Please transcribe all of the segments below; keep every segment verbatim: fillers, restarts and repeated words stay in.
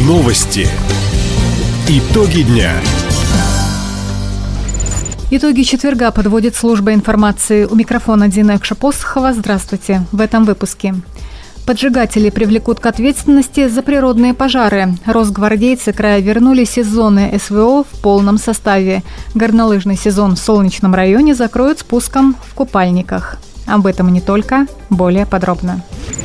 Новости. Итоги дня. Итоги четверга подводит служба информации. У микрофона Дина Экшапосхова. Здравствуйте. В этом выпуске. Поджигатели привлекут к ответственности за природные пожары. Росгвардейцы края вернулись из зоны эс вэ о в полном составе. Горнолыжный сезон в Солнечном районе закроют спуском в купальниках. Об этом и не только. Более подробно.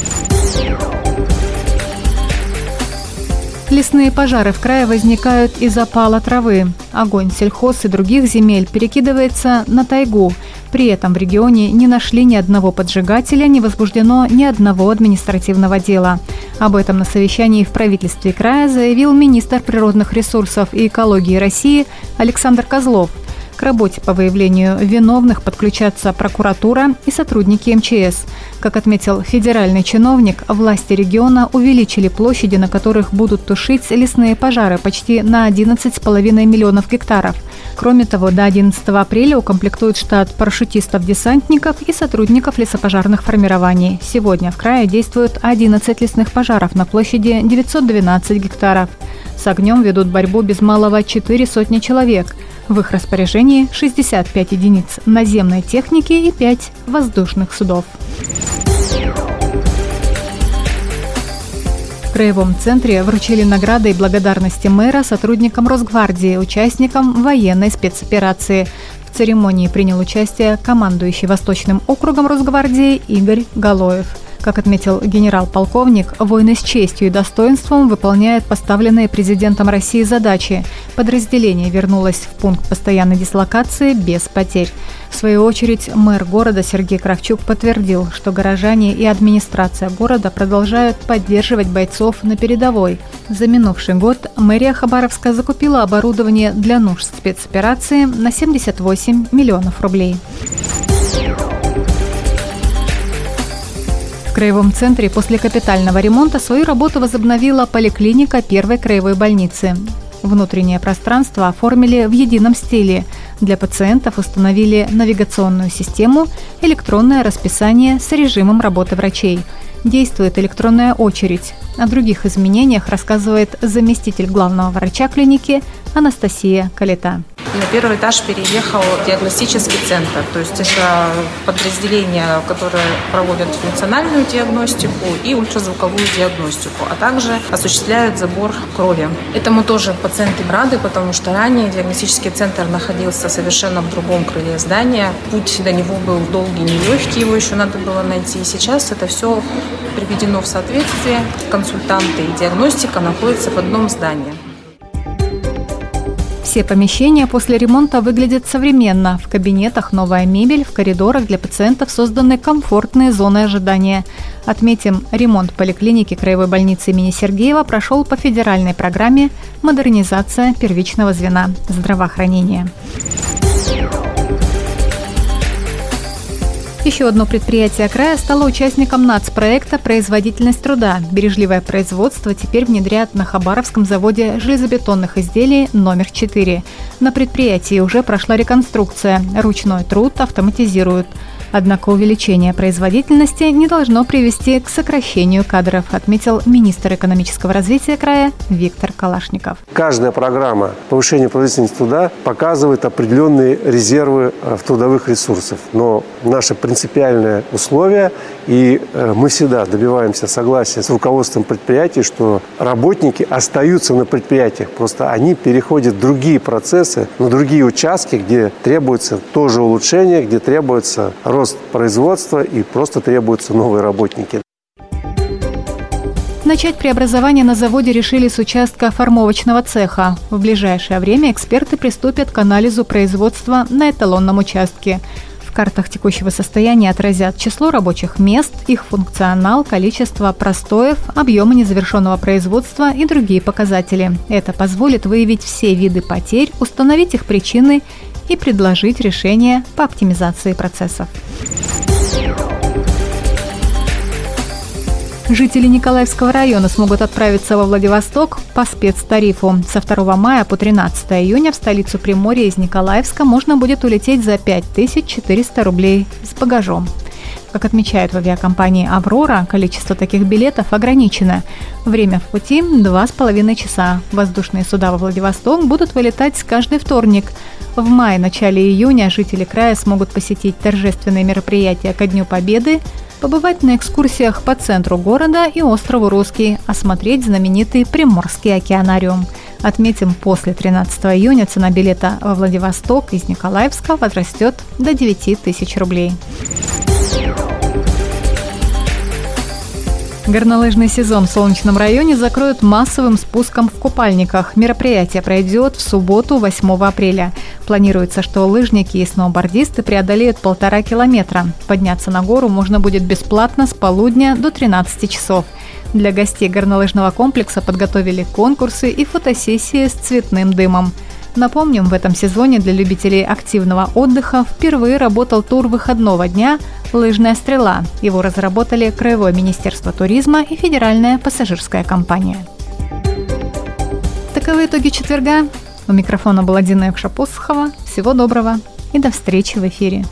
Лесные пожары в крае возникают из-за пала травы. Огонь сельхоз и других земель перекидывается на тайгу. При этом в регионе не нашли ни одного поджигателя, не возбуждено ни одного административного дела. Об этом на совещании в правительстве края заявил министр природных ресурсов и экологии России Александр Козлов. К работе по выявлению виновных подключатся прокуратура и сотрудники эм че эс. Как отметил федеральный чиновник, власти региона увеличили площади, на которых будут тушить лесные пожары, почти на одиннадцать с половиной миллионов гектаров. Кроме того, до одиннадцатого апреля укомплектуют штат парашютистов-десантников и сотрудников лесопожарных формирований. Сегодня в крае действуют одиннадцать лесных пожаров на площади девятьсот двенадцать гектаров. С огнем ведут борьбу без малого четыре сотни человек. В их распоряжении шестьдесят пять единиц наземной техники и пять воздушных судов. В краевом центре вручили награды и благодарности мэра сотрудникам Росгвардии, участникам военной спецоперации. В церемонии принял участие командующий Восточным округом Росгвардии Игорь Галоев. Как отметил генерал-полковник, воины с честью и достоинством выполняют поставленные президентом России задачи. Подразделение вернулось в пункт постоянной дислокации без потерь. В свою очередь, мэр города Сергей Кравчук подтвердил, что горожане и администрация города продолжают поддерживать бойцов на передовой. За минувший год мэрия Хабаровска закупила оборудование для нужд спецоперации на семьдесят восемь миллионов рублей. В краевом центре после капитального ремонта свою работу возобновила поликлиника первой краевой больницы. Внутреннее пространство оформили в едином стиле. Для пациентов установили навигационную систему, электронное расписание с режимом работы врачей. Действует электронная очередь. О других изменениях рассказывает заместитель главного врача клиники Анастасия Калита. На первый этаж переехал диагностический центр, то есть это подразделение, которое проводит функциональную диагностику и ультразвуковую диагностику, а также осуществляют забор крови. Этому тоже пациенты рады, потому что ранее диагностический центр находился совершенно в другом крыле здания. Путь до него был долгий, нелегкий, его еще надо было найти. Сейчас это все приведено в соответствие. Консультанты и диагностика находятся в одном здании. Все помещения после ремонта выглядят современно. В кабинетах новая мебель, в коридорах для пациентов созданы комфортные зоны ожидания. Отметим, ремонт поликлиники краевой больницы имени Сергеева прошел по федеральной программе «Модернизация первичного звена здравоохранения». Еще одно предприятие края стало участником нацпроекта «Производительность труда». Бережливое производство теперь внедрят на Хабаровском заводе железобетонных изделий номер четыре. На предприятии уже прошла реконструкция. Ручной труд автоматизируют. Однако увеличение производительности не должно привести к сокращению кадров, отметил министр экономического развития края Виктор Калашников. Каждая программа повышения производительности труда показывает определенные резервы в трудовых ресурсах. Но наше принципиальное условие, и мы всегда добиваемся согласия с руководством предприятий, что работники остаются на предприятиях, просто они переходят в другие процессы, на другие участки, где требуется тоже улучшение, где требуется рост производства и просто требуются новые работники. Начать преобразование на заводе решили с участка формовочного цеха. В ближайшее время эксперты приступят к анализу производства на эталонном участке. В картах текущего состояния отразят число рабочих мест, их функционал, количество простоев, объемы незавершенного производства и другие показатели. Это позволит выявить все виды потерь, установить их причины и предложить решения по оптимизации процессов. Жители Николаевского района смогут отправиться во Владивосток по спецтарифу. Со второго мая по тринадцатое июня в столицу Приморья из Николаевска можно будет улететь за пять тысяч четыреста рублей с багажом. Как отмечают в авиакомпании «Аврора», количество таких билетов ограничено. Время в пути – два с половиной часа. Воздушные суда во Владивосток будут вылетать каждый вторник. В мае-начале июня жители края смогут посетить торжественные мероприятия ко Дню Победы, побывать на экскурсиях по центру города и острову Русский, осмотреть знаменитый Приморский океанариум. Отметим, после тринадцатого июня цена билета во Владивосток из Николаевска возрастет до девяти тысяч рублей. Горнолыжный сезон в Солнечном районе закроют массовым спуском в купальниках. Мероприятие пройдет в субботу, восьмого апреля. Планируется, что лыжники и сноубордисты преодолеют полтора километра. Подняться на гору можно будет бесплатно с полудня до тринадцати часов. Для гостей горнолыжного комплекса подготовили конкурсы и фотосессии с цветным дымом. Напомним, в этом сезоне для любителей активного отдыха впервые работал тур выходного дня «Лыжная стрела». Его разработали Краевое министерство туризма и Федеральная пассажирская компания. Таковы итоги четверга. У микрофона была Дина Якшапосхова. Всего доброго и до встречи в эфире.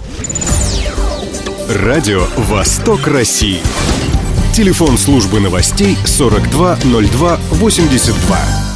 Радио «Восток России». Телефон службы новостей сорок два ноль два восемьдесят два.